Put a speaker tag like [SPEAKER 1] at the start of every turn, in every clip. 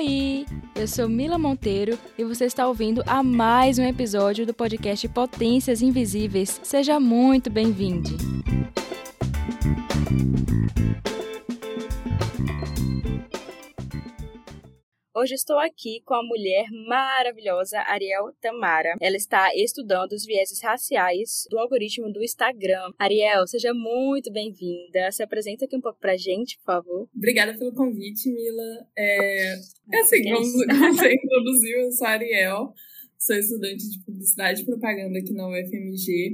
[SPEAKER 1] Oi, eu sou Mila Monteiro e você está ouvindo a mais um episódio do podcast Potências Invisíveis. Seja muito bem-vindo! Hoje estou aqui com a mulher maravilhosa, Ariel Tamara. Ela está estudando os vieses raciais do algoritmo do Instagram. Ariel, seja muito bem-vinda. Se apresenta aqui um pouco pra gente, por favor.
[SPEAKER 2] Obrigada pelo convite, Mila. Como você introduziu, eu sou a Ariel, sou estudante de Publicidade e Propaganda aqui na UFMG.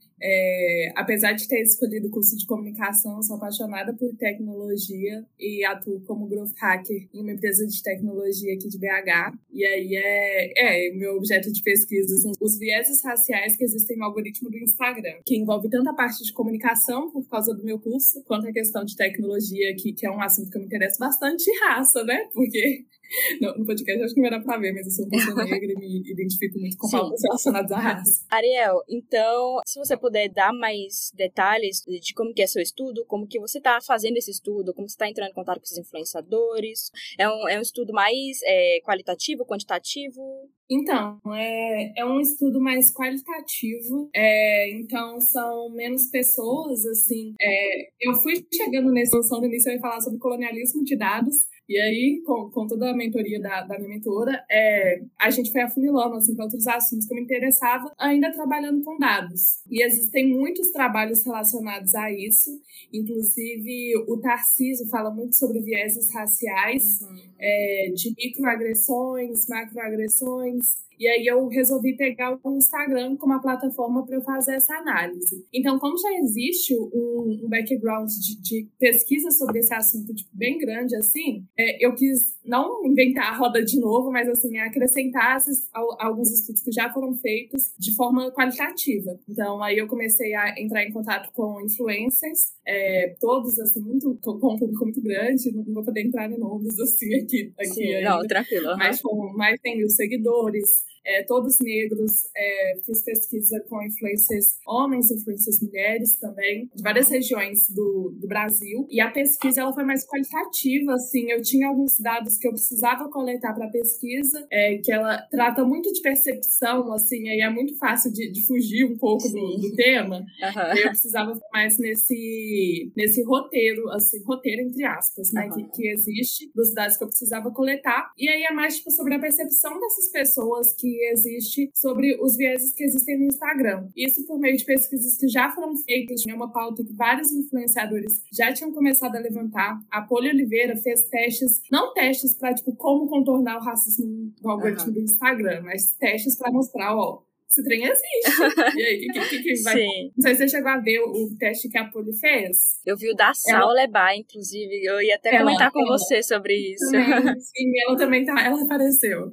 [SPEAKER 2] Apesar de ter escolhido o curso de comunicação, eu sou apaixonada por tecnologia e atuo como growth hacker em uma empresa de tecnologia aqui de BH. E aí meu objeto de pesquisa são os vieses raciais que existem no algoritmo do Instagram, que envolve tanto a parte de comunicação, por causa do meu curso, quanto a questão de tecnologia, que é um assunto que eu me interesso bastante, e raça, né? Porque no podcast acho que não vai dar pra ver, mas eu sou uma pessoa negra e me identifico muito com pautas relacionadas à raça.
[SPEAKER 1] Ariel, então, se você puder dar mais detalhes de como que é seu estudo, como que você está fazendo esse estudo, como você está entrando em contato com esses influenciadores, é um estudo mais qualitativo, quantitativo?
[SPEAKER 2] Então, é um estudo mais qualitativo, então são menos pessoas, assim. Eu fui chegando nessa noção no início, eu ia falar sobre colonialismo de dados, e aí, com toda a mentoria da minha mentora, a gente foi afunilando assim, para outros assuntos que eu me interessava, ainda trabalhando com dados. E existem muitos trabalhos relacionados a isso, inclusive o Tarcísio fala muito sobre vieses raciais, de microagressões, macroagressões. E aí eu resolvi pegar o Instagram como uma plataforma para eu fazer essa análise. Então, como já existe um background de pesquisa sobre esse assunto bem grande, assim, eu quis não inventar a roda de novo, mas assim, acrescentar alguns estudos que já foram feitos de forma qualitativa. Então, aí eu comecei a entrar em contato com influencers, todos, assim, com um público muito grande, não vou poder entrar em nomes, assim, aqui
[SPEAKER 1] Sim,
[SPEAKER 2] ainda.
[SPEAKER 1] não, tranquilo.
[SPEAKER 2] Mas com mais tem mil seguidores, todos negros, fiz pesquisa com influencers homens, influencers mulheres também, de várias regiões do Brasil, e a pesquisa ela foi mais qualitativa, assim, eu tinha alguns dados que eu precisava coletar para a pesquisa, que ela trata muito de percepção, assim, aí é muito fácil de fugir um pouco do tema, e eu precisava mais nesse roteiro, assim, roteiro entre aspas, né, que existe, dos dados que eu precisava coletar, e aí é mais, sobre a percepção dessas pessoas que existe sobre os vieses que existem no Instagram. Isso por meio de pesquisas que já foram feitas, é uma pauta que vários influenciadores já tinham começado a levantar. A Poli Oliveira fez testes, não testes para como contornar o racismo do algoritmo do Instagram, mas testes para mostrar, esse trem existe. E aí, que vai...
[SPEAKER 1] Sim.
[SPEAKER 2] Não sei se você chegou a ver o teste que a Poli fez.
[SPEAKER 1] Eu vi o da Sal Lebar, inclusive. Eu ia até comentar com você sobre isso.
[SPEAKER 2] Também, sim, ela também ela apareceu.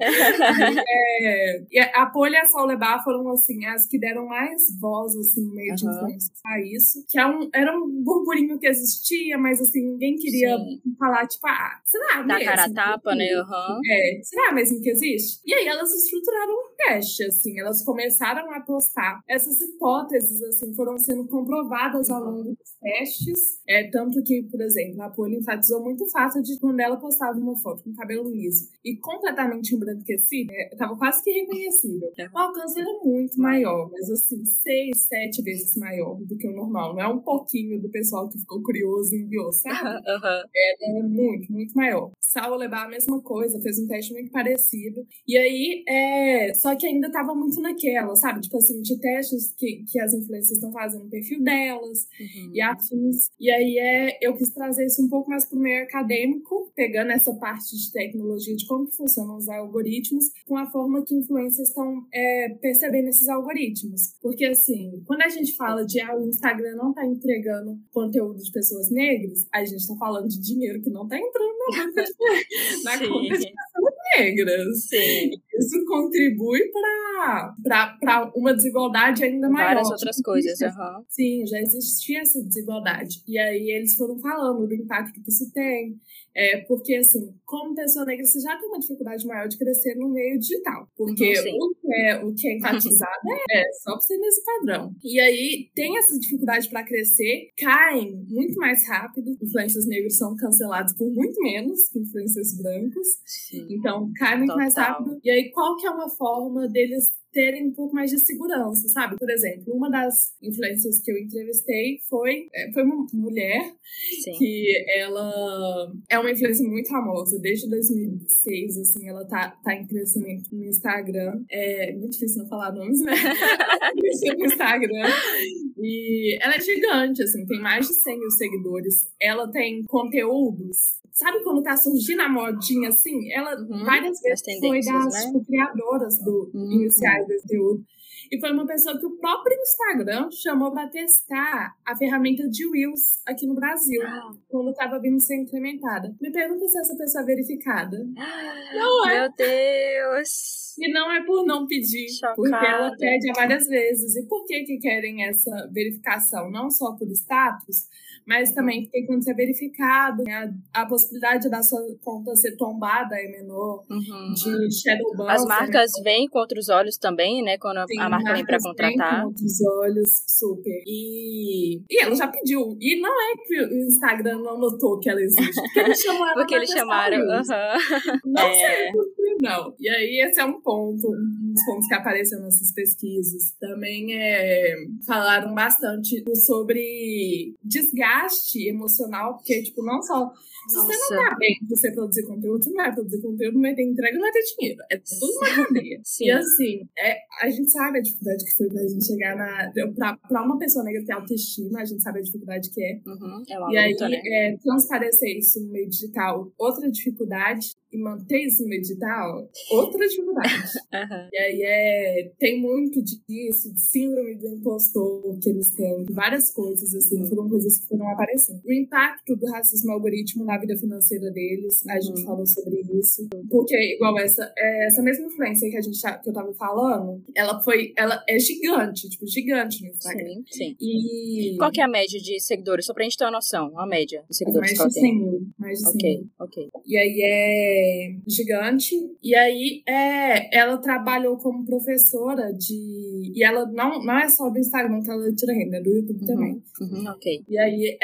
[SPEAKER 2] E a Poli e a Sal Lebar foram, assim, as que deram mais voz, assim, no meio de influências a isso. Que era um burburinho que existia, mas, assim, ninguém queria falar, será mesmo?
[SPEAKER 1] Da cara a tapa, né?
[SPEAKER 2] Será mesmo que existe? E aí elas estruturaram um teste, assim, elas começaram a postar. Essas hipóteses, assim, foram sendo comprovadas ao longo dos testes. Tanto que, por exemplo, a Poli enfatizou muito o fato de quando ela postava uma foto com cabelo liso e completamente embranquecido, tava quase que reconhecível. O alcance era muito maior, mas assim, 6, 7 vezes maior do que o normal. Não é um pouquinho do pessoal que ficou curioso e enviou, sabe? Era muito, muito maior. Sal Lebar a mesma coisa, fez um teste muito parecido. E aí, só que ainda tava muito naquela, sabe? Tipo assim, de testes que as influências estão fazendo no perfil delas e afins. E aí eu quis trazer isso um pouco mais pro meio acadêmico, pegando essa parte de tecnologia, de como que funcionam os algoritmos, com a forma que influencers estão percebendo esses algoritmos. Porque, assim, quando a gente fala de o Instagram não tá entregando conteúdo de pessoas negras, a gente tá falando de dinheiro que não tá entrando na conta de pessoas negras.
[SPEAKER 1] Sim.
[SPEAKER 2] isso contribui para uma desigualdade ainda maior.
[SPEAKER 1] Várias outras coisas,
[SPEAKER 2] Sim, já existia essa desigualdade. E aí eles foram falando do impacto que isso tem. Porque, assim, como pessoa negra, você já tem uma dificuldade maior de crescer no meio digital. Porque o que é enfatizado é só você nesse padrão. E aí, tem essa dificuldade para crescer, caem muito mais rápido. Influencers negros são cancelados por muito menos que influencers brancos.
[SPEAKER 1] Sim.
[SPEAKER 2] Então, caem muito mais rápido. E aí, qual que é uma forma deles terem um pouco mais de segurança, sabe? Por exemplo, uma das influencers que eu entrevistei foi uma mulher.
[SPEAKER 1] Sim.
[SPEAKER 2] Que ela é uma influencer muito famosa desde 2006, assim, ela tá em crescimento no Instagram. É muito difícil não falar nomes, né? No Instagram. E ela é gigante, assim, tem mais de 100 mil seguidores. Ela tem conteúdos. Sabe quando tá surgindo a modinha, assim? Ela várias vezes foi das criadoras iniciais desse conteúdo. E foi uma pessoa que o próprio Instagram chamou para testar a ferramenta de Reels aqui no Brasil, quando estava vindo ser implementada. Me pergunta se essa pessoa é verificada. Não é.
[SPEAKER 1] Meu Deus!
[SPEAKER 2] E não é por não pedir,
[SPEAKER 1] Chocada.
[SPEAKER 2] Porque ela pede várias vezes. E por que querem essa verificação? Não só por status, mas também porque quando você é verificado, a possibilidade da sua conta ser tombada é menor, de shadow ban.
[SPEAKER 1] As marcas vêm com outros olhos também, né? Quando a marca vem pra contratar.
[SPEAKER 2] Com outros olhos, super. E ela já pediu. E não é que o Instagram não notou que ela existe, porque eles chamaram ela.
[SPEAKER 1] Porque eles chamaram.
[SPEAKER 2] Não sei por que não. E aí, esse é um ponto, um dos pontos que apareceu nessas pesquisas. Também falaram bastante sobre desgaste emocional, porque, tipo, não só. Se você não tá bem pra você produzir conteúdo, você não vai produzir conteúdo, não vai ter entrega, não vai ter dinheiro. É tudo uma cadeia. E assim, a gente sabe a dificuldade que foi pra gente chegar pra uma pessoa negra ter autoestima, a gente sabe a dificuldade que é.
[SPEAKER 1] É uma
[SPEAKER 2] e
[SPEAKER 1] luta,
[SPEAKER 2] aí,
[SPEAKER 1] né?
[SPEAKER 2] transparecer isso no meio digital, outra dificuldade. E manter isso no meio digital, outra dificuldade. E aí tem muito disso, de síndrome do impostor que eles têm, várias coisas, assim, foram coisas que foram aparecendo. O impacto do racismo algoritmo na vida financeira deles, a gente falou sobre isso. Porque, igual essa mesma influência que eu tava falando, ela é gigante, tipo, gigante no Instagram.
[SPEAKER 1] Sim.
[SPEAKER 2] E
[SPEAKER 1] qual que é a média de seguidores? Só pra gente ter uma noção, a média de seguidores que ela tem.
[SPEAKER 2] Mais de 100 mil.
[SPEAKER 1] Ok.
[SPEAKER 2] E aí gigante. E aí ela trabalhou como professora e ela não é só do Instagram que ela tira renda, é do YouTube também.
[SPEAKER 1] Ok.
[SPEAKER 2] E aí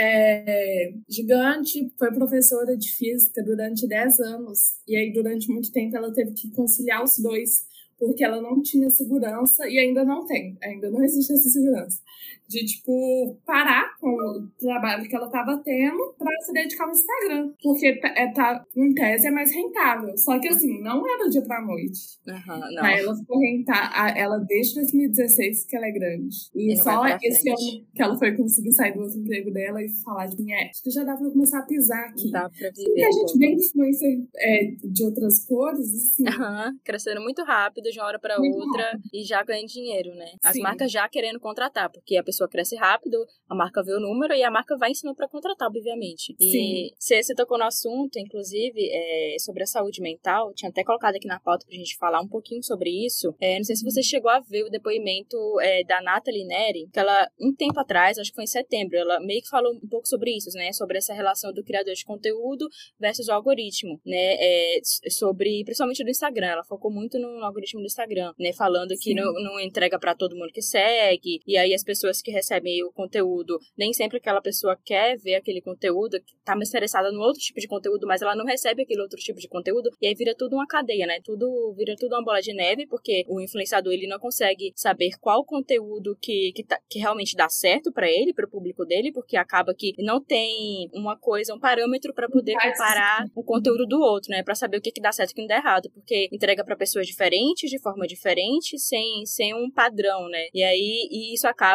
[SPEAKER 2] gigante, foi professora de física durante 10 anos. E aí durante muito tempo ela teve que conciliar os dois, porque ela não tinha segurança e ainda não existe essa segurança. De, tipo, parar com o trabalho que ela tava tendo pra se dedicar ao Instagram. Porque em tese é mais rentável. Só que, assim, não é do dia pra noite.
[SPEAKER 1] Não.
[SPEAKER 2] Aí ela ficou rentável. Ela desde 2016 que ela é grande. E só esse ano que ela foi conseguir sair do outro emprego dela e falar de mim, acho que já dá pra começar a pisar aqui.
[SPEAKER 1] Dá pra viver.
[SPEAKER 2] Porque a gente vê influencer de outras cores, assim.
[SPEAKER 1] Crescendo muito rápido, de uma hora pra outra, e já ganhando dinheiro, né? As marcas já querendo contratar, porque a pessoa cresce rápido, a marca vê o número e a marca vai ensinando pra contratar, obviamente. E você tocou no assunto, inclusive, sobre a saúde mental, tinha até colocado aqui na pauta pra gente falar um pouquinho sobre isso. Não sei se você chegou a ver o depoimento da Nathalie Neri, que ela, um tempo atrás, acho que foi em setembro, ela meio que falou um pouco sobre isso, né? Sobre essa relação do criador de conteúdo versus o algoritmo, né? Sobre, principalmente do Instagram, ela focou muito no algoritmo do Instagram, né? Falando que não entrega pra todo mundo que segue, e aí as pessoas que recebem o conteúdo, nem sempre aquela pessoa quer ver aquele conteúdo, tá mais interessada no outro tipo de conteúdo, mas ela não recebe aquele outro tipo de conteúdo, e aí vira tudo uma cadeia, né? Vira tudo uma bola de neve, porque o influenciador, ele não consegue saber qual conteúdo que realmente dá certo pra ele, pro público dele, porque acaba que não tem uma coisa, um parâmetro pra poder comparar o conteúdo do outro, né? Pra saber o que dá certo e o que dá errado, porque entrega pra pessoas diferentes, de forma diferente, sem um padrão, né? E aí isso acaba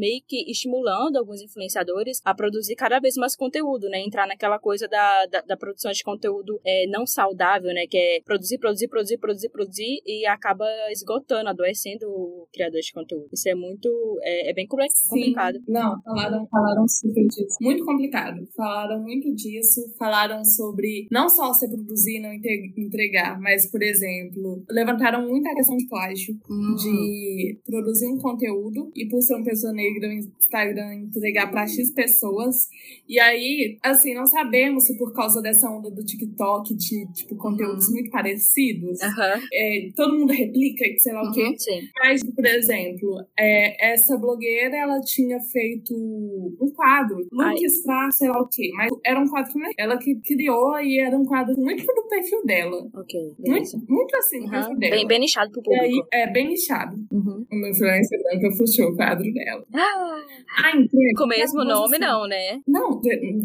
[SPEAKER 1] meio que estimulando alguns influenciadores a produzir cada vez mais conteúdo, né? Entrar naquela coisa da produção de conteúdo não saudável, né? Que é produzir e acaba esgotando, adoecendo o criador de conteúdo. Isso é muito... É bem complicado.
[SPEAKER 2] Sim. Não, falaram super disso. Muito complicado. Falaram muito disso. Falaram sobre não só você produzir e não entregar, mas, por exemplo, levantaram muito a questão de plágio, de produzir um conteúdo e, por ser uma pessoa negra no Instagram, entregar para X pessoas. E aí, assim, não sabemos se por causa dessa onda do TikTok de, tipo, conteúdos muito parecidos, todo mundo replica, sei lá o quê.
[SPEAKER 1] Sim.
[SPEAKER 2] Mas, por exemplo, essa blogueira, ela tinha feito um quadro, looks pra sei lá o quê, mas era um quadro, né? Ela que criou e era um quadro muito do perfil dela.
[SPEAKER 1] Ok,
[SPEAKER 2] muito assim, do perfil dela.
[SPEAKER 1] Bem nichado pro público.
[SPEAKER 2] E aí, bem nichado. Uma influência branca puxou o quadro dela.
[SPEAKER 1] Com o mesmo nome, assim, não, né?
[SPEAKER 2] Não,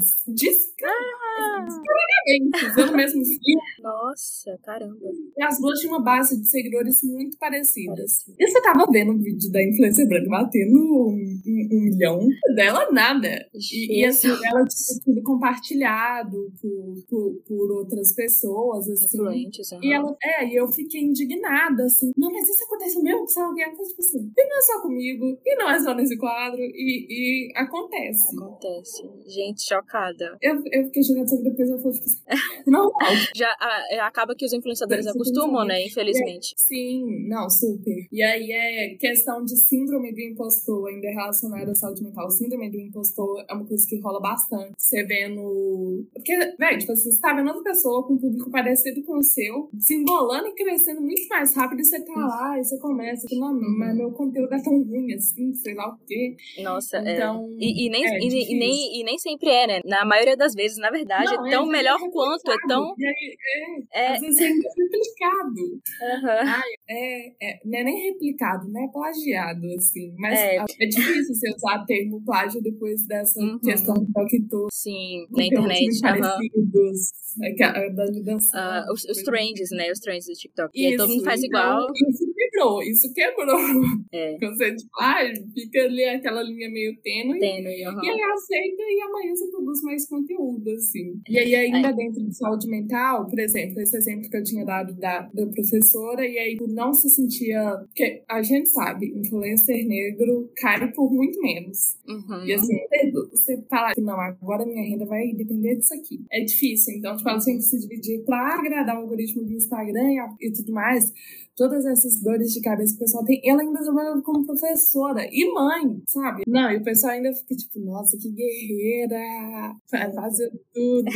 [SPEAKER 2] descaradamente, usando o mesmo fio.
[SPEAKER 1] Nossa, caramba.
[SPEAKER 2] E as duas tinham uma base de seguidores muito parecidas. E você tava vendo o vídeo da influência branca batendo 1 milhão? Dela, nada. E assim, ela tinha tudo compartilhado por outras pessoas, assim.
[SPEAKER 1] Influentes,
[SPEAKER 2] E ela, e eu fiquei indignada, assim. Não, mas isso aconteceu mesmo com alguém? Ela tipo assim, e não é só comigo, e não é só nesse quadro, e acontece.
[SPEAKER 1] Gente, chocada.
[SPEAKER 2] Eu fiquei chocada, só que depois eu falei, tipo assim, não.
[SPEAKER 1] Já acaba que os influenciadores acostumam, né, infelizmente.
[SPEAKER 2] Sim, não, super. E aí é questão de síndrome do impostor, ainda relacionada à saúde mental. Síndrome do impostor é uma coisa que rola bastante. Você vendo... Porque, velho, tipo assim, você tá vendo outra pessoa com um público parecido com o seu, se embolando e crescendo muito mais rápido, e você tá lá, e você começa, não, mas meu conteúdo é tão ruim assim, sei lá o quê.
[SPEAKER 1] Nossa,
[SPEAKER 2] então,
[SPEAKER 1] e nem sempre é, né? Na maioria das vezes, na verdade, é tão melhor quanto, é tão...
[SPEAKER 2] Às vezes é replicado.
[SPEAKER 1] Não
[SPEAKER 2] é nem replicado, né? É plagiado, assim. Mas é difícil você usar o termo plágio depois dessa questão que tô...
[SPEAKER 1] Sim, na internet.
[SPEAKER 2] Parecidos,
[SPEAKER 1] os trends, né? Os trends do TikTok.
[SPEAKER 2] Isso,
[SPEAKER 1] e aí todo mundo faz igual.
[SPEAKER 2] Isso quebrou. Você, tipo, fica ali aquela linha meio tênue. E aí aceita e amanhã você produz mais conteúdo, assim. E aí ainda dentro de saúde mental, por exemplo, esse exemplo que eu tinha dado da professora, e aí não se sentia... Porque a gente sabe, influencer negro cai por muito menos. E assim, você fala que não, agora minha renda vai depender disso aqui. É difícil, então, tipo, ela tem que se dividir pra agradar o algoritmo do Instagram e tudo mais. Todas essas dores de cabeça que o pessoal tem. Ela ainda trabalha como professora e mãe, sabe? Não, e o pessoal ainda fica tipo, nossa, que guerreira, vai fazer tudo.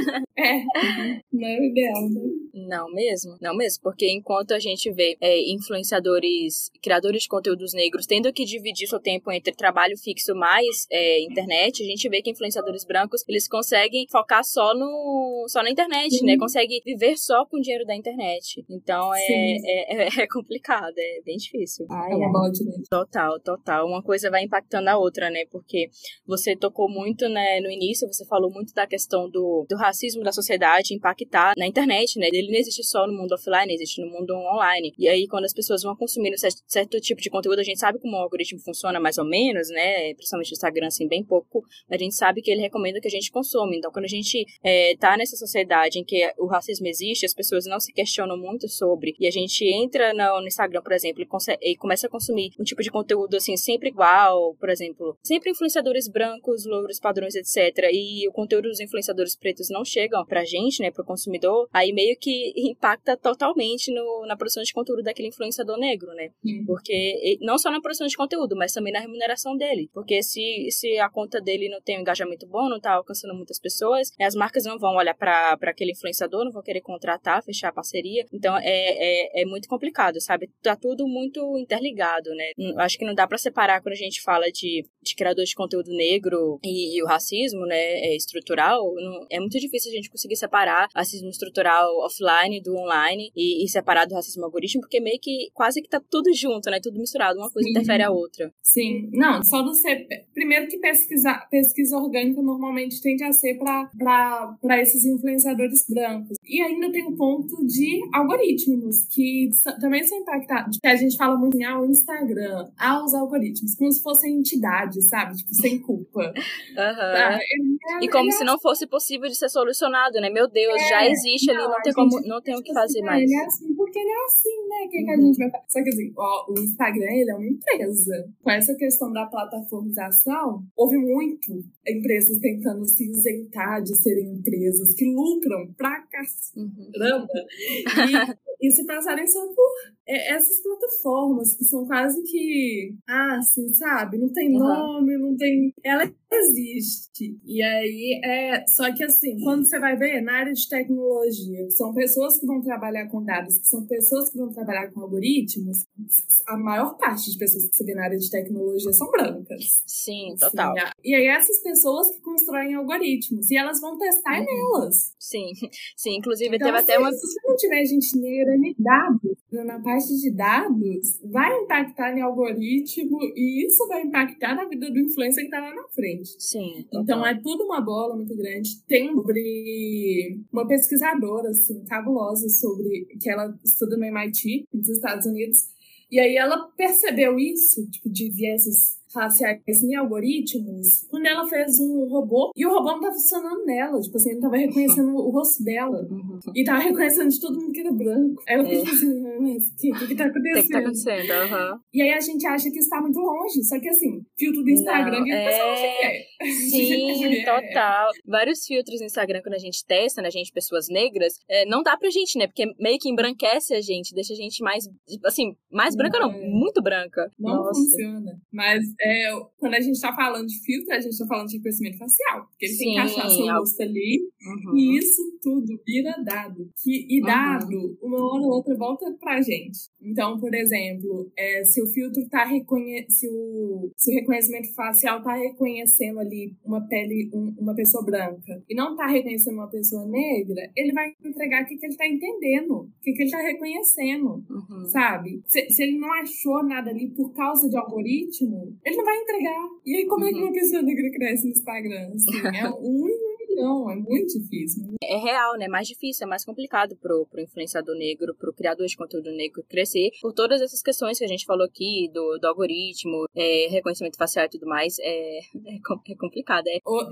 [SPEAKER 2] Não é o ideal, né?
[SPEAKER 1] Não mesmo, porque enquanto a gente vê influenciadores, criadores de conteúdos negros tendo que dividir seu tempo entre trabalho fixo mais internet, a gente vê que influenciadores brancos, eles conseguem focar só na internet, né? Conseguem viver só com o dinheiro da internet. Então é complicado, é bem difícil.
[SPEAKER 2] É uma bola de neve.
[SPEAKER 1] Total. Uma coisa vai impactando a outra, né? Porque você tocou muito, né, no início, você falou muito da questão do racismo da sociedade impactar na internet, né? Ele não existe só no mundo offline, existe no mundo online. E aí, quando as pessoas vão consumindo certo tipo de conteúdo, a gente sabe como o algoritmo funciona mais ou menos, né? Principalmente o Instagram, assim, bem pouco. Mas a gente sabe que ele recomenda que a gente consuma. Então, quando a gente tá nessa sociedade em que o racismo existe, as pessoas não se questionam muito sobre, e a gente entra no Instagram, por exemplo, e começa a consumir um tipo de conteúdo, assim, sempre igual, por exemplo, sempre influenciadores brancos, louros, padrões, etc. E o conteúdo dos influenciadores pretos não chegam pra gente, né, pro consumidor, aí meio que impacta totalmente na produção de conteúdo daquele influenciador negro, né? Porque não só na produção de conteúdo, mas também na remuneração dele. Porque se a conta dele não tem um engajamento bom, não tá alcançando muitas pessoas, as marcas não vão olhar pra aquele influenciador, não vão querer contratar, fechar parceria. Então é muito complicado, sabe? Tá tudo muito interligado, né? Acho que não dá pra separar quando a gente fala de criador de conteúdo negro e o racismo, né, estrutural. É muito difícil a gente conseguir separar racismo estrutural offline offline do online e separar do racismo algoritmo, porque meio que quase que tá tudo junto, né? Tudo misturado, uma coisa interfere a outra.
[SPEAKER 2] Sim, não, só você... Primeiro que pesquisa orgânica normalmente tende a ser para esses influenciadores brancos. E ainda tem um ponto de algoritmos, que também são impactados. Que a gente fala muito em o Instagram, os algoritmos, como se fossem entidades, sabe? Tipo, sem culpa. Tá?
[SPEAKER 1] E como se não fosse possível de ser solucionado, né? Meu Deus, já existe ali, não tem o que fazer mais.
[SPEAKER 2] Ele é assim porque ele é assim, né? O que a gente vai fazer? Só que assim, o Instagram, ele é uma empresa. Com essa questão da plataformização, houve muito empresas tentando se isentar de serem empresas que lucram pra caramba. E se passarem só por essas plataformas, que são quase que... assim, sabe? Não tem nome, não tem... Ela existe. E aí, só que assim, quando você vai ver, na área de tecnologia, que são pessoas que vão trabalhar com dados, que são pessoas que vão trabalhar com algoritmos, a maior parte de pessoas que você vê na área de tecnologia são brancas.
[SPEAKER 1] Sim, total.
[SPEAKER 2] Sim, e aí, essas pessoas que constroem algoritmos, e elas vão testar nelas.
[SPEAKER 1] Sim, inclusive
[SPEAKER 2] então,
[SPEAKER 1] teve até uma...
[SPEAKER 2] Se não tiver gente negra em dados, na parte de dados, vai impactar em algoritmo, e isso vai impactar na vida do influencer que tá lá na frente.
[SPEAKER 1] Sim.
[SPEAKER 2] Total. Então, é tudo uma bola muito grande. Tem uma pesquisadora, assim, cabulosa, que ela estuda no MIT, nos Estados Unidos, e aí ela percebeu isso, tipo, de vieses raciais em algoritmos, quando ela fez um robô, e o robô não tava funcionando nela, tipo assim, ele tava reconhecendo o rosto dela, e tava reconhecendo de todo mundo que era branco. Aí ela ficou assim, mas o que tá acontecendo?
[SPEAKER 1] O que tá acontecendo?
[SPEAKER 2] E aí a gente acha que está muito longe, só que assim, filtro do Instagram, que o pessoal acha que é.
[SPEAKER 1] Sim, total. Vários filtros no Instagram, quando a gente testa, né, pessoas negras, não dá pra gente, né, porque meio que embranquece a gente, deixa a gente mais, assim, mais branca não, muito branca.
[SPEAKER 2] Não funciona. Mas quando a gente tá falando de filtro, a gente tá falando de reconhecimento facial, porque ele tem que achar seu rosto ali, e isso tudo vira dado. E dado, uma hora ou outra, volta pra gente. Então, por exemplo, se o filtro tá se o reconhecimento facial tá reconhecendo ali uma pele, uma pessoa branca, e não tá reconhecendo uma pessoa negra, ele vai entregar o que ele tá entendendo, o que ele tá reconhecendo, sabe? Se ele não achou nada ali por causa de algoritmo, ele não vai entregar. E aí, como é que uma pessoa negra cresce no Instagram? Assim, é 1 em 1 milhão, é muito difícil.
[SPEAKER 1] É real, né? Mais difícil, é mais complicado pro influenciador negro, pro criador de conteúdo negro crescer, por todas essas questões que a gente falou aqui, do algoritmo, reconhecimento facial e tudo mais, é complicado.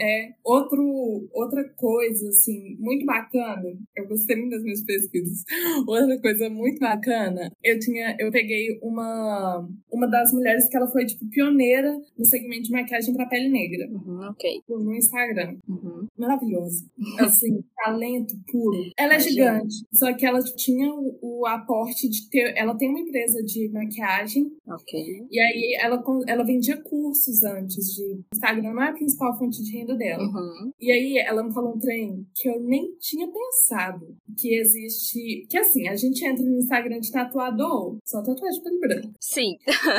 [SPEAKER 2] Outra coisa, assim, muito bacana, eu gostei muito das minhas pesquisas, outra coisa muito bacana, eu peguei uma das mulheres que ela foi, tipo, pioneira no segmento de maquiagem pra pele negra. No Instagram. Maravilhosa. Assim, talento puro. Ela é gigante, só que ela tinha o aporte de ter... Ela tem uma empresa de maquiagem. E aí ela vendia cursos antes de... Instagram não é a principal fonte de renda dela. E aí ela me falou um trem que eu nem tinha pensado. Que existe... Que assim, a gente entra no Instagram de tatuador, só tatuagem pele branca.
[SPEAKER 1] Sim.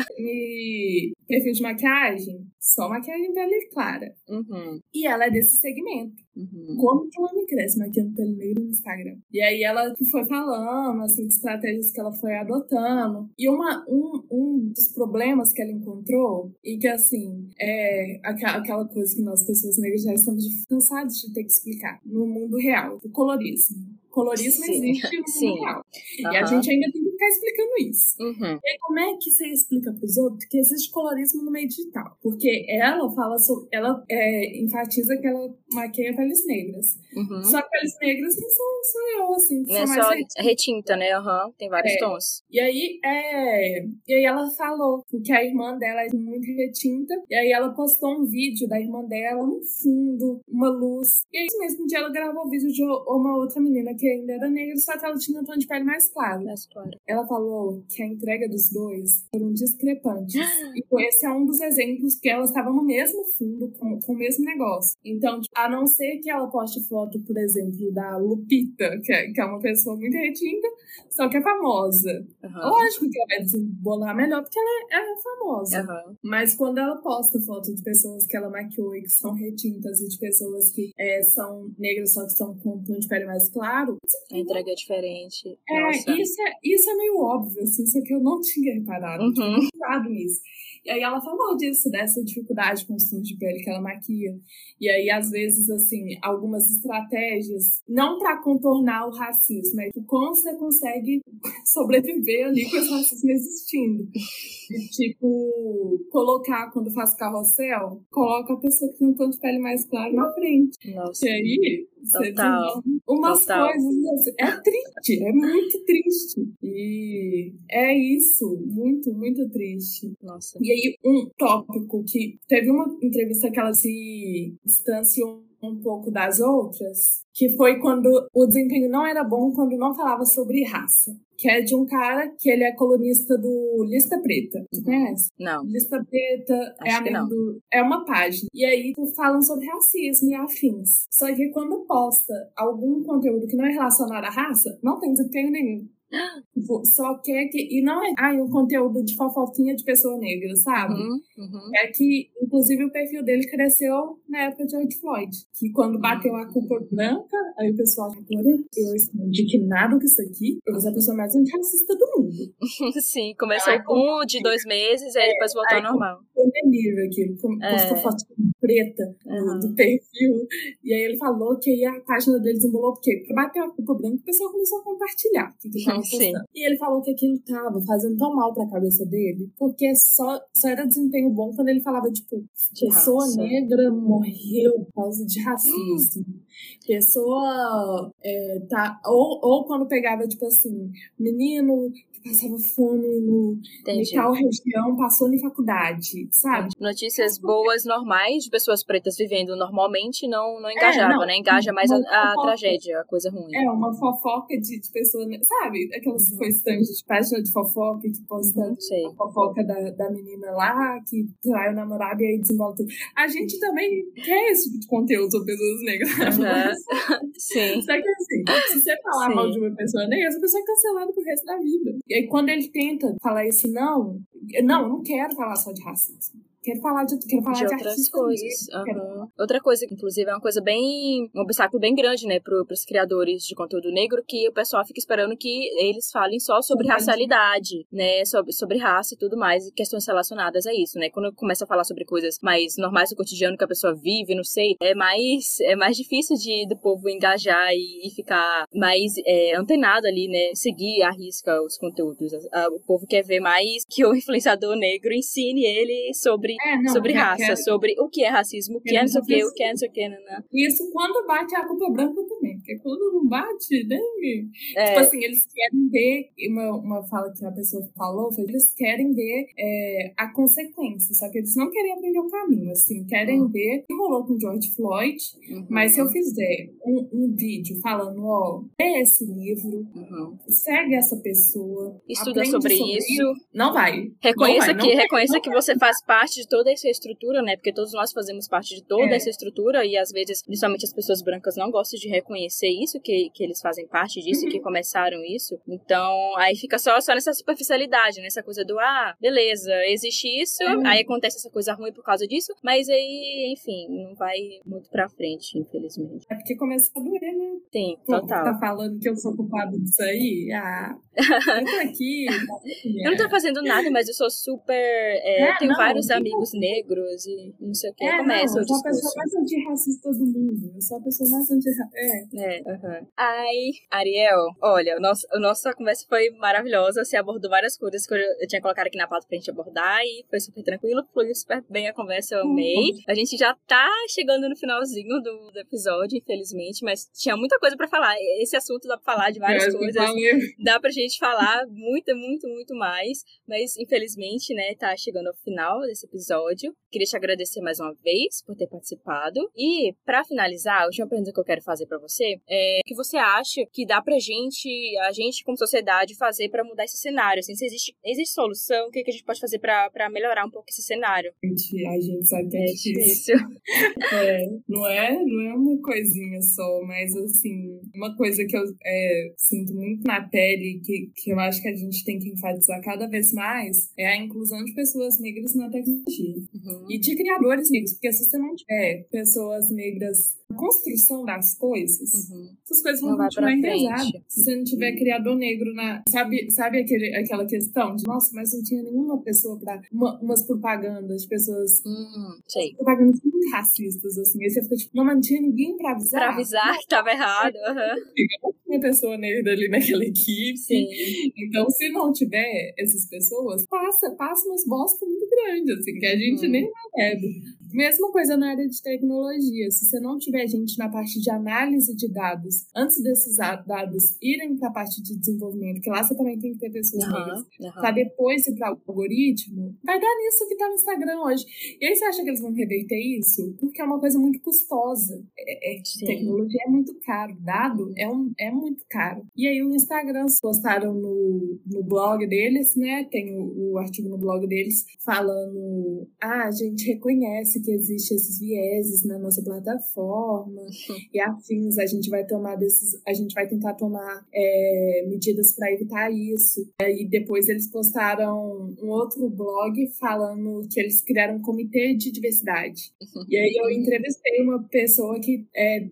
[SPEAKER 2] E perfil de maquiagem, só maquiagem pele clara. E ela é desse segmento. Como que ela me cresce maquiando pele negra no Instagram? E aí ela foi falando, assim, de estratégias que ela foi adotando. E um dos problemas que ela encontrou, e que, assim, é aquela coisa que nós, pessoas negras, já estamos cansados de ter que explicar no mundo real, o colorismo. Colorismo existe no mundo real. E a gente ainda tem que ficar explicando isso. E aí, como é que você explica para os outros que existe colorismo no meio digital? Porque ela fala sobre... Ela enfatiza que ela maquia peles negras. Só que peles negras não sou eu, assim.
[SPEAKER 1] Não é só retinta, né? Tem vários tons.
[SPEAKER 2] E aí ela falou que a irmã dela é muito retinta. E aí ela postou um vídeo da irmã dela, no fundo, uma luz. E aí, mesmo dia, ela gravou um vídeo de uma outra menina que ainda era negra, só que ela tinha um tom de pele mais claro. ela falou que a entrega dos dois foram discrepantes. E esse é um dos exemplos que elas estavam no mesmo fundo, com o mesmo negócio. Então, a não ser que ela poste foto, por exemplo, da Lupita, que é uma pessoa muito retinta, só que é famosa. Lógico que ela vai desembolar melhor, porque ela é famosa. Mas quando ela posta foto de pessoas que ela maquiou e que são retintas, e de pessoas que são negras, só que são com um tom de pele mais claro...
[SPEAKER 1] A entrega é diferente.
[SPEAKER 2] Isso é meio óbvio, assim, só que eu não tinha reparado. Eu tinha reparado nisso. E aí ela falou disso, dessa dificuldade com os tons de pele que ela maquia. E aí, às vezes, assim, algumas estratégias, não pra contornar o racismo, mas como você consegue sobreviver ali com esse racismo existindo. E, tipo, colocar, quando faz carrossel, coloca a pessoa que tem um tom de pele mais claro na frente.
[SPEAKER 1] Nossa.
[SPEAKER 2] E aí, você
[SPEAKER 1] Total.
[SPEAKER 2] umas coisas assim. É triste, é muito triste. E é isso, muito, muito triste.
[SPEAKER 1] Nossa.
[SPEAKER 2] E aí, um tópico que teve uma entrevista que ela se distanciou um pouco das outras, que foi quando o desempenho não era bom, quando não falava sobre raça. Que é de um cara que ele é colunista do Lista Preta. Você conhece?
[SPEAKER 1] Não.
[SPEAKER 2] Lista Preta é uma página. E aí falam sobre racismo e afins. Só que quando posta algum conteúdo que não é relacionado à raça, não tem desempenho nenhum. Só que e não é um conteúdo de fofoquinha de pessoa negra, sabe? É que, inclusive, o perfil dele cresceu na época de George Floyd. Que quando bateu a culpa branca, aí o pessoal agora eu estou indignado com isso aqui. Eu vou ser a pessoa mais antirracista do mundo.
[SPEAKER 1] Sim, começou com de 2 meses, aí depois voltou ao normal.
[SPEAKER 2] Foi delírio aquilo. Postou foto preta do perfil. E aí ele falou que aí a página dele desembolou porque bateu a culpa branca, o pessoal começou a compartilhar. E ele falou que aquilo tava fazendo tão mal pra cabeça dele, porque só era desempenho bom quando ele falava, tipo, pessoa negra morreu por causa de racismo. Pessoa ou quando pegava, tipo assim, menino que passava fome em tal região, passou na faculdade, sabe?
[SPEAKER 1] Notícias boas, normais, de pessoas pretas vivendo normalmente, não engajava, né? Engaja mais a tragédia, a coisa ruim.
[SPEAKER 2] Uma fofoca de pessoa, sabe? Aquelas coisinhas de página de fofoca que posta a fofoca da menina lá, que trai o namorado e aí desenvolve tudo. A gente também quer esse tipo de conteúdo sobre pessoas negras.
[SPEAKER 1] Sim.
[SPEAKER 2] Só que assim, se você falar mal de uma pessoa negra, essa pessoa é cancelada pro resto da vida. E aí quando ele tenta falar isso, eu não quero falar só de racismo. Quero falar de
[SPEAKER 1] outras coisas. Outra coisa, que inclusive é um obstáculo bem grande, né, pros criadores de conteúdo negro, que o pessoal fica esperando que eles falem só sobre racialidade, né, sobre raça e tudo mais, e questões relacionadas a isso, né. Quando começa a falar sobre coisas mais normais do cotidiano que a pessoa vive, não sei, é mais difícil do povo engajar e ficar mais antenado ali, né, seguir à risca os conteúdos. O povo quer ver mais que o influenciador negro ensine ele sobre raça, sobre o que é racismo, o que é não sei o que, o que é não sei o que, né?
[SPEAKER 2] Isso quando bate a culpa branca também, porque quando não bate, né? Tipo assim, eles querem ver, uma fala que a pessoa falou, foi que eles querem ver a consequência, só que eles não querem aprender o caminho, assim, querem ver o que rolou com o George Floyd, mas se eu fizer um vídeo falando, lê esse livro, segue essa pessoa,
[SPEAKER 1] estuda sobre isso,
[SPEAKER 2] não vai.
[SPEAKER 1] Reconheça que você faz parte de toda essa estrutura, né? Porque todos nós fazemos parte de toda essa estrutura e às vezes, principalmente as pessoas brancas não gostam de reconhecer isso, que eles fazem parte disso, que começaram isso. Então, aí fica só nessa superficialidade, nessa coisa do, beleza, existe isso, aí acontece essa coisa ruim por causa disso, mas aí, enfim, não vai muito pra frente, infelizmente.
[SPEAKER 2] É porque começa a doer, né?
[SPEAKER 1] Sim, total.
[SPEAKER 2] Tá falando que eu sou culpada disso aí? Eu tô aqui.
[SPEAKER 1] Eu não tô fazendo nada, mas eu sou super... tenho vários amigos negros e não sei o que. Começa o discurso.
[SPEAKER 2] Eu sou a pessoa mais antirracista do mundo. Eu sou a pessoa mais antirracista.
[SPEAKER 1] Ai, Ariel, olha, a nossa conversa foi maravilhosa. Você abordou várias coisas que eu tinha colocado aqui na pauta pra gente abordar e foi super tranquilo, fluiu super bem a conversa, eu amei. A gente já tá chegando no finalzinho do episódio, infelizmente, mas tinha muita coisa pra falar. Esse assunto dá pra falar de várias coisas. Dá pra gente falar muito, muito, muito mais, mas infelizmente, né, tá chegando ao final desse episódio. Queria te agradecer mais uma vez por ter participado. E, pra finalizar, a última pergunta que eu quero fazer pra você você, o que você acha que dá a gente como sociedade, fazer pra mudar esse cenário? Assim, se existe solução, o que a gente pode fazer pra melhorar um pouco esse cenário?
[SPEAKER 2] A gente sabe que é
[SPEAKER 1] difícil.
[SPEAKER 2] Não é uma coisinha só, mas assim, uma coisa que eu sinto muito na pele, que eu acho que a gente tem que enfatizar cada vez mais, é a inclusão de pessoas negras na tecnologia. E de criadores negros, porque se você não tiver pessoas negras na construção das coisas, essas coisas vão continuar enviesadas. Se você não tiver criador negro sabe aquela questão de, nossa, mas não tinha nenhuma pessoa para umas propagandas de pessoas propagandas muito racistas, assim. Aí você fica tipo, não tinha ninguém pra avisar.
[SPEAKER 1] Pra avisar que tava errado.
[SPEAKER 2] Não tinha pessoa negra ali naquela equipe.
[SPEAKER 1] Sim.
[SPEAKER 2] Então, se não tiver essas pessoas, passa umas bosta muito grandes, assim, que a gente nem recebe. Mesma coisa na área de tecnologia. Se você não tiver gente na parte de análise de dados, antes desses dados irem para a parte de desenvolvimento, que lá você também tem que ter pessoas negras, para depois ir para o algoritmo, vai dar nisso que tá no Instagram hoje. E aí você acha que eles vão reverter isso? Porque é uma coisa muito custosa. Tecnologia é muito caro. Dado é muito caro. E aí o Instagram postaram no blog deles, né? Tem o artigo no blog deles falando, a gente reconhece que existem esses vieses na nossa plataforma e afins, a gente vai tentar tomar medidas para evitar isso. E depois eles postaram um outro blog falando que eles criaram um comitê de diversidade. E aí eu entrevistei uma pessoa que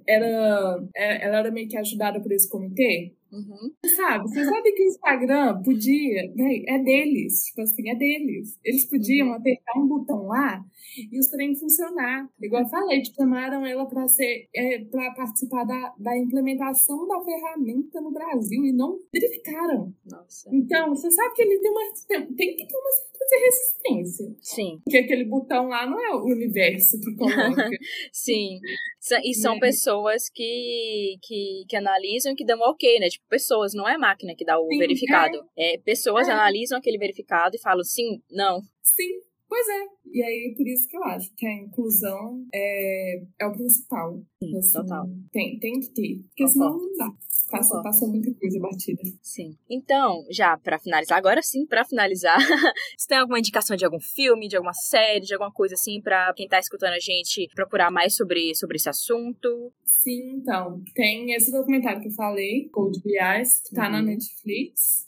[SPEAKER 2] ela era meio que ajudada por esse comitê. Você sabe que o Instagram podia, é deles, tipo assim, é deles. Eles podiam apertar um botão lá e os trem funcionar. Igual eu falei, chamaram ela para participar da implementação da ferramenta no Brasil e não verificaram.
[SPEAKER 1] Nossa.
[SPEAKER 2] Então, você sabe que ele tem que ter uma certa resistência.
[SPEAKER 1] Sim.
[SPEAKER 2] Porque aquele botão lá não é o universo que coloca.
[SPEAKER 1] Sim. E são pessoas que analisam e que dão ok, né? Tipo, pessoas, não é máquina que dá o verificado. Pessoas analisam aquele verificado e falam sim, não.
[SPEAKER 2] Sim, pois é. E aí, por isso que eu acho que a inclusão é o principal.
[SPEAKER 1] Sim, assim, total.
[SPEAKER 2] Tem que ter. Porque senão não dá. Passa muita coisa batida.
[SPEAKER 1] Sim. Então, já pra finalizar, agora sim, pra finalizar, você tem alguma indicação de algum filme, de alguma série, de alguma coisa assim, pra quem tá escutando a gente procurar mais sobre esse assunto?
[SPEAKER 2] Sim, então. Tem esse documentário que eu falei, Code Geass, que tá na Netflix.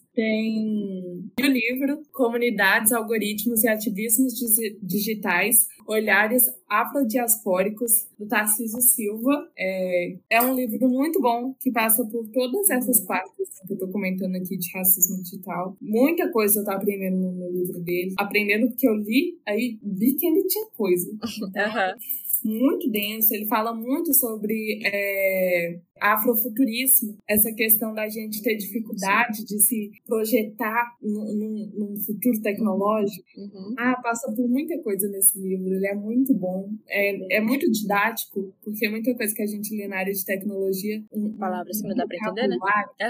[SPEAKER 2] Tem o livro Comunidades, Algoritmos e Ativismos Digitais, Olhares Afrodiaspóricos, do Tarcísio Silva. É um livro muito bom, que passa por todas essas partes que eu tô comentando aqui de racismo digital. Muita coisa eu tô aprendendo no livro dele. Aprendendo porque eu li, aí vi que ainda tinha coisa. Muito denso, ele fala muito sobre afrofuturismo, essa questão da gente ter dificuldade de se projetar num futuro tecnológico. Passa por muita coisa nesse livro, ele é muito bom, é muito didático, porque muita coisa que a gente lê na área de tecnologia...
[SPEAKER 1] Palavras que não dá pra entender, né?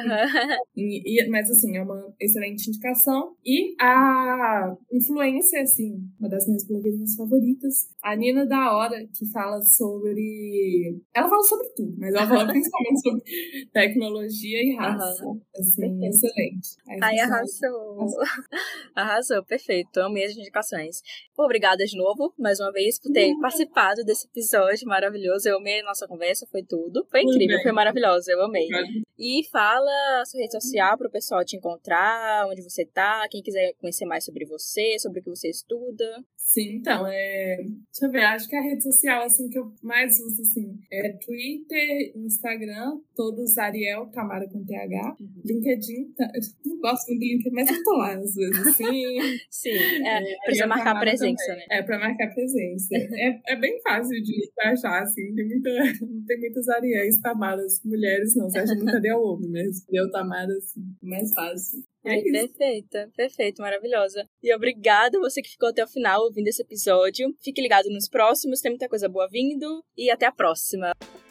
[SPEAKER 2] Mas assim, é uma excelente indicação. E a influência, assim, uma das minhas blogueirinhas favoritas, a Nina da Hora, que fala sobre... Ela fala sobre tudo, mas ela fala principalmente sobre tecnologia e raça. Assim, excelente.
[SPEAKER 1] Ai, arrasou, perfeito. Amei as indicações. Obrigada de novo, mais uma vez, por ter participado desse episódio maravilhoso. Eu amei a nossa conversa, foi tudo. Foi incrível, foi maravilhoso, eu amei. E fala a sua rede social para o pessoal te encontrar, onde você tá, quem quiser conhecer mais sobre você, sobre o que você estuda.
[SPEAKER 2] Sim, então, deixa eu ver, acho que a rede social, assim, que eu mais uso, assim, é Twitter, Instagram, todos Ariel Tamara com TH, LinkedIn, eu não gosto muito do LinkedIn, mas eu tô lá, às vezes, assim.
[SPEAKER 1] Sim, precisa marcar presença,
[SPEAKER 2] também.
[SPEAKER 1] né?
[SPEAKER 2] Pra marcar presença. É bem fácil de achar, assim, não tem muitas Ariels Tamaras mulheres, não, você acha muito Ariel homem, mas Ariel Tamara, assim, mais fácil.
[SPEAKER 1] Perfeito, maravilhosa. E obrigada você que ficou até o final ouvindo esse episódio. Fique ligado nos próximos, tem muita coisa boa vindo e até a próxima.